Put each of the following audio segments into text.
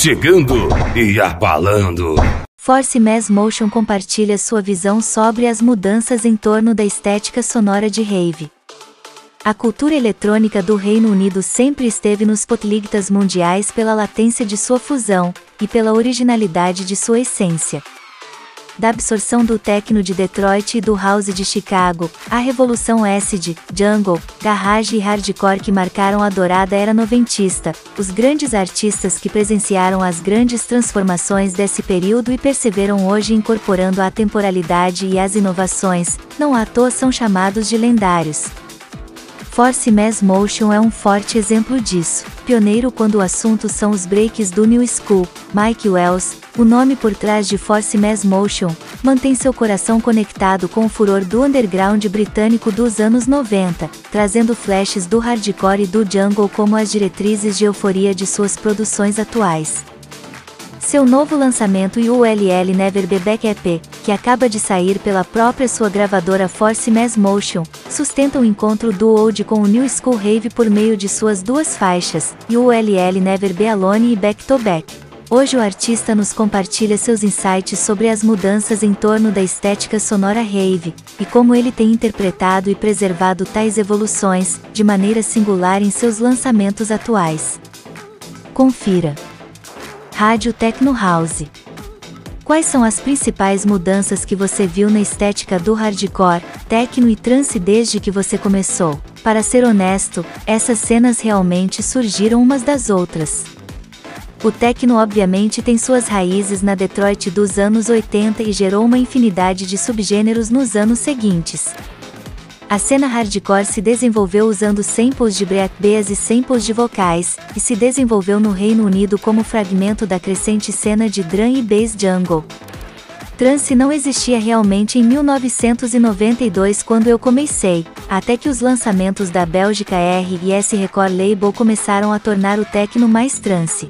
chegando e abalando. Force Mass Motion compartilha sua visão sobre as mudanças em torno da estética sonora de rave. A cultura eletrônica do Reino Unido sempre esteve nos spotlights mundiais pela latência de sua fusão, e pela originalidade de sua essência. Da absorção do techno de Detroit e do house de Chicago, a revolução acid, jungle, garage e hardcore que marcaram a dourada era noventista, os grandes artistas que presenciaram as grandes transformações desse período e perseveram hoje incorporando a temporalidade e as inovações, não à toa são chamados de lendários. Force Mass Motion é um forte exemplo disso, pioneiro quando o assunto são os breaks do New School. Mike Wells, o nome por trás de Force Mass Motion, mantém seu coração conectado com o furor do underground britânico dos anos 90, trazendo flashes do hardcore e do jungle como as diretrizes de euforia de suas produções atuais. Seu novo lançamento ULL Never Be Back EP, que acaba de sair pela própria sua gravadora Force Mass Motion, sustenta o encontro do old com o New School Rave por meio de suas duas faixas, ULL Never Be Alone e Back to Back. Hoje o artista nos compartilha seus insights sobre as mudanças em torno da estética sonora rave, e como ele tem interpretado e preservado tais evoluções, de maneira singular em seus lançamentos atuais. Confira. Rádio Techno House. Quais são as principais mudanças que você viu na estética do hardcore, techno e trance desde que você começou? Para ser honesto, essas cenas realmente surgiram umas das outras. O techno obviamente tem suas raízes na Detroit dos anos 80 e gerou uma infinidade de subgêneros nos anos seguintes. A cena hardcore se desenvolveu usando samples de breakbeats e samples de vocais, e se desenvolveu no Reino Unido como fragmento da crescente cena de drum e bass jungle. Trance não existia realmente em 1992 quando eu comecei, até que os lançamentos da Bélgica R&S Record Label começaram a tornar o techno mais trance.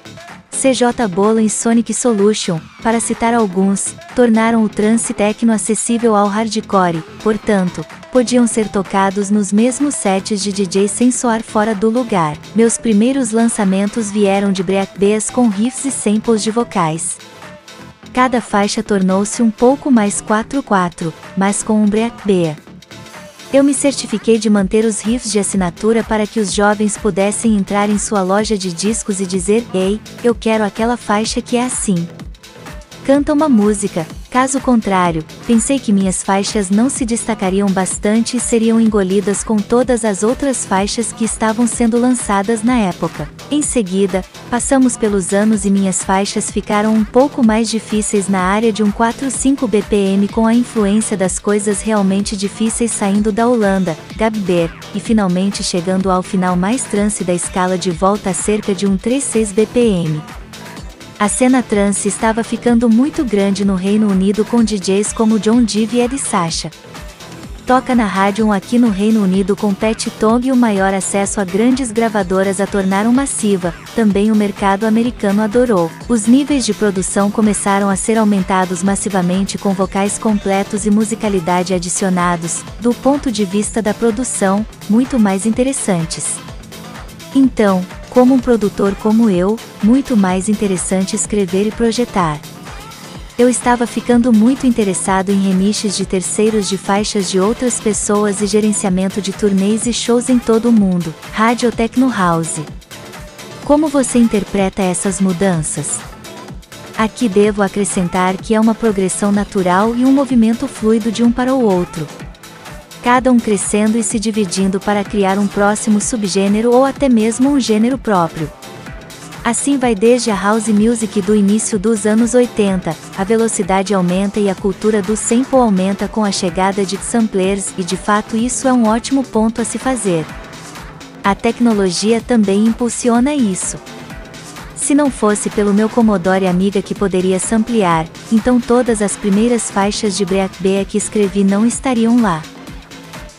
CJ Bola e Sonic Solution, para citar alguns, tornaram o trance techno acessível ao hardcore, portanto, podiam ser tocados nos mesmos sets de DJ sem soar fora do lugar. Meus primeiros lançamentos vieram de breakbeats com riffs e samples de vocais. Cada faixa tornou-se um pouco mais 4/4, mas com um breakbeat. Eu me certifiquei de manter os riffs de assinatura para que os jovens pudessem entrar em sua loja de discos e dizer: "Ei, eu quero aquela faixa que é assim. Canta uma música." Caso contrário, pensei que minhas faixas não se destacariam bastante e seriam engolidas com todas as outras faixas que estavam sendo lançadas na época. Em seguida, passamos pelos anos e minhas faixas ficaram um pouco mais difíceis na área de 4/5 BPM com a influência das coisas realmente difíceis saindo da Holanda, Gabber, e finalmente chegando ao final mais trance da escala de volta a cerca de 3/6 BPM. A cena trance estava ficando muito grande no Reino Unido com DJs como John Div e Ed Sacha. Toca na rádio aqui no Reino Unido com Pat Tong e o maior acesso a grandes gravadoras a tornaram massiva, também o mercado americano adorou. Os níveis de produção começaram a ser aumentados massivamente com vocais completos e musicalidade adicionados, do ponto de vista da produção, muito mais interessantes. Então, como um produtor como eu, muito mais interessante escrever e projetar. Eu estava ficando muito interessado em remixes de terceiros de faixas de outras pessoas e gerenciamento de turnês e shows em todo o mundo. Rádio Techno House. Como você interpreta essas mudanças? Aqui devo acrescentar que é uma progressão natural e um movimento fluido de um para o outro. Cada um crescendo e se dividindo para criar um próximo subgênero ou até mesmo um gênero próprio. Assim vai desde a house music do início dos anos 80, a velocidade aumenta e a cultura do sample aumenta com a chegada de samplers e de fato isso é um ótimo ponto a se fazer. A tecnologia também impulsiona isso. Se não fosse pelo meu Commodore Amiga que poderia samplear, então todas as primeiras faixas de breakbeat que escrevi não estariam lá.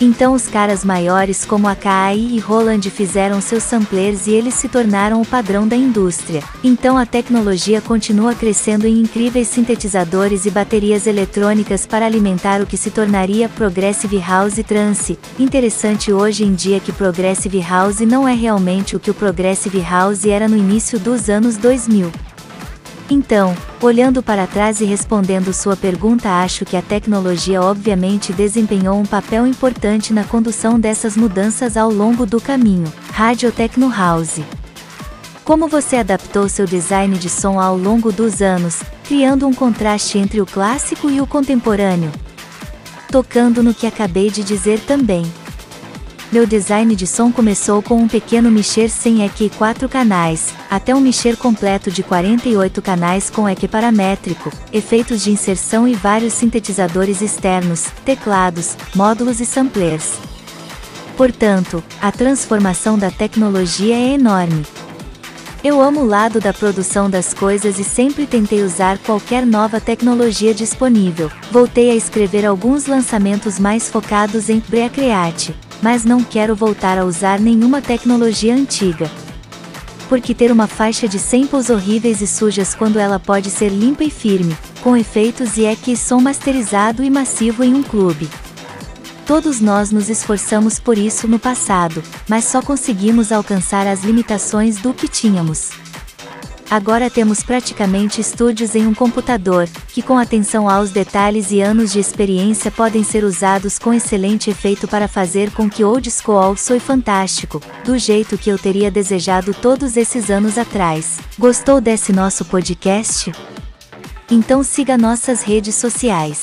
Então os caras maiores como Akai e Roland fizeram seus samplers e eles se tornaram o padrão da indústria. Então a tecnologia continua crescendo em incríveis sintetizadores e baterias eletrônicas para alimentar o que se tornaria Progressive House e Trance. Interessante hoje em dia que Progressive House não é realmente o que o Progressive House era no início dos anos 2000. Então, olhando para trás e respondendo sua pergunta, acho que a tecnologia obviamente desempenhou um papel importante na condução dessas mudanças ao longo do caminho. Rádio Techno House. Como você adaptou seu design de som ao longo dos anos, criando um contraste entre o clássico e o contemporâneo? Tocando no que acabei de dizer também. Meu design de som começou com um pequeno mixer sem EQ 4 canais, até um mixer completo de 48 canais com EQ paramétrico, efeitos de inserção e vários sintetizadores externos, teclados, módulos e samplers. Portanto, a transformação da tecnologia é enorme. Eu amo o lado da produção das coisas e sempre tentei usar qualquer nova tecnologia disponível. Voltei a escrever alguns lançamentos mais focados em Recreate, mas não quero voltar a usar nenhuma tecnologia antiga. Porque ter uma faixa de samples horríveis e sujas quando ela pode ser limpa e firme, com efeitos e EQ som masterizado e massivo em um clube. Todos nós nos esforçamos por isso no passado, mas só conseguimos alcançar as limitações do que tínhamos. Agora temos praticamente estúdios em um computador, que com atenção aos detalhes e anos de experiência podem ser usados com excelente efeito para fazer com que Old School soe fantástico, do jeito que eu teria desejado todos esses anos atrás. Gostou desse nosso podcast? Então siga nossas redes sociais.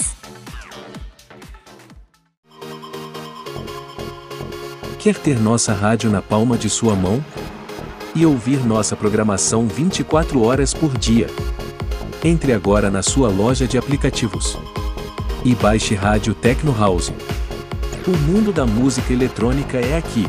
Quer ter nossa rádio na palma de sua mão? E ouvir nossa programação 24 horas por dia? Entre agora na sua loja de aplicativos e baixe Rádio Techno House. O mundo da música eletrônica é aqui.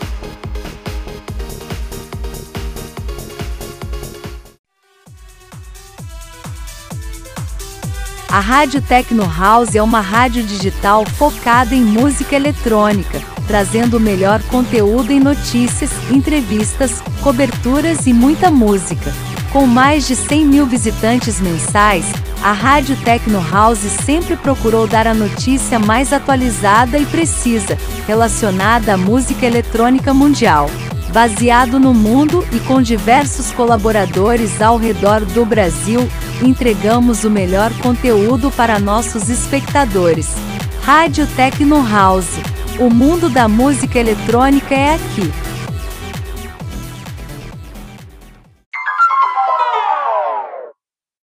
A Rádio Techno House é uma rádio digital focada em música eletrônica, trazendo o melhor conteúdo em notícias, entrevistas, coberturas e muita música. Com mais de 100 mil visitantes mensais, a Rádio Techno House sempre procurou dar a notícia mais atualizada e precisa, relacionada à música eletrônica mundial. Baseado no mundo e com diversos colaboradores ao redor do Brasil, entregamos o melhor conteúdo para nossos espectadores. Rádio Techno House. O mundo da música eletrônica é aqui.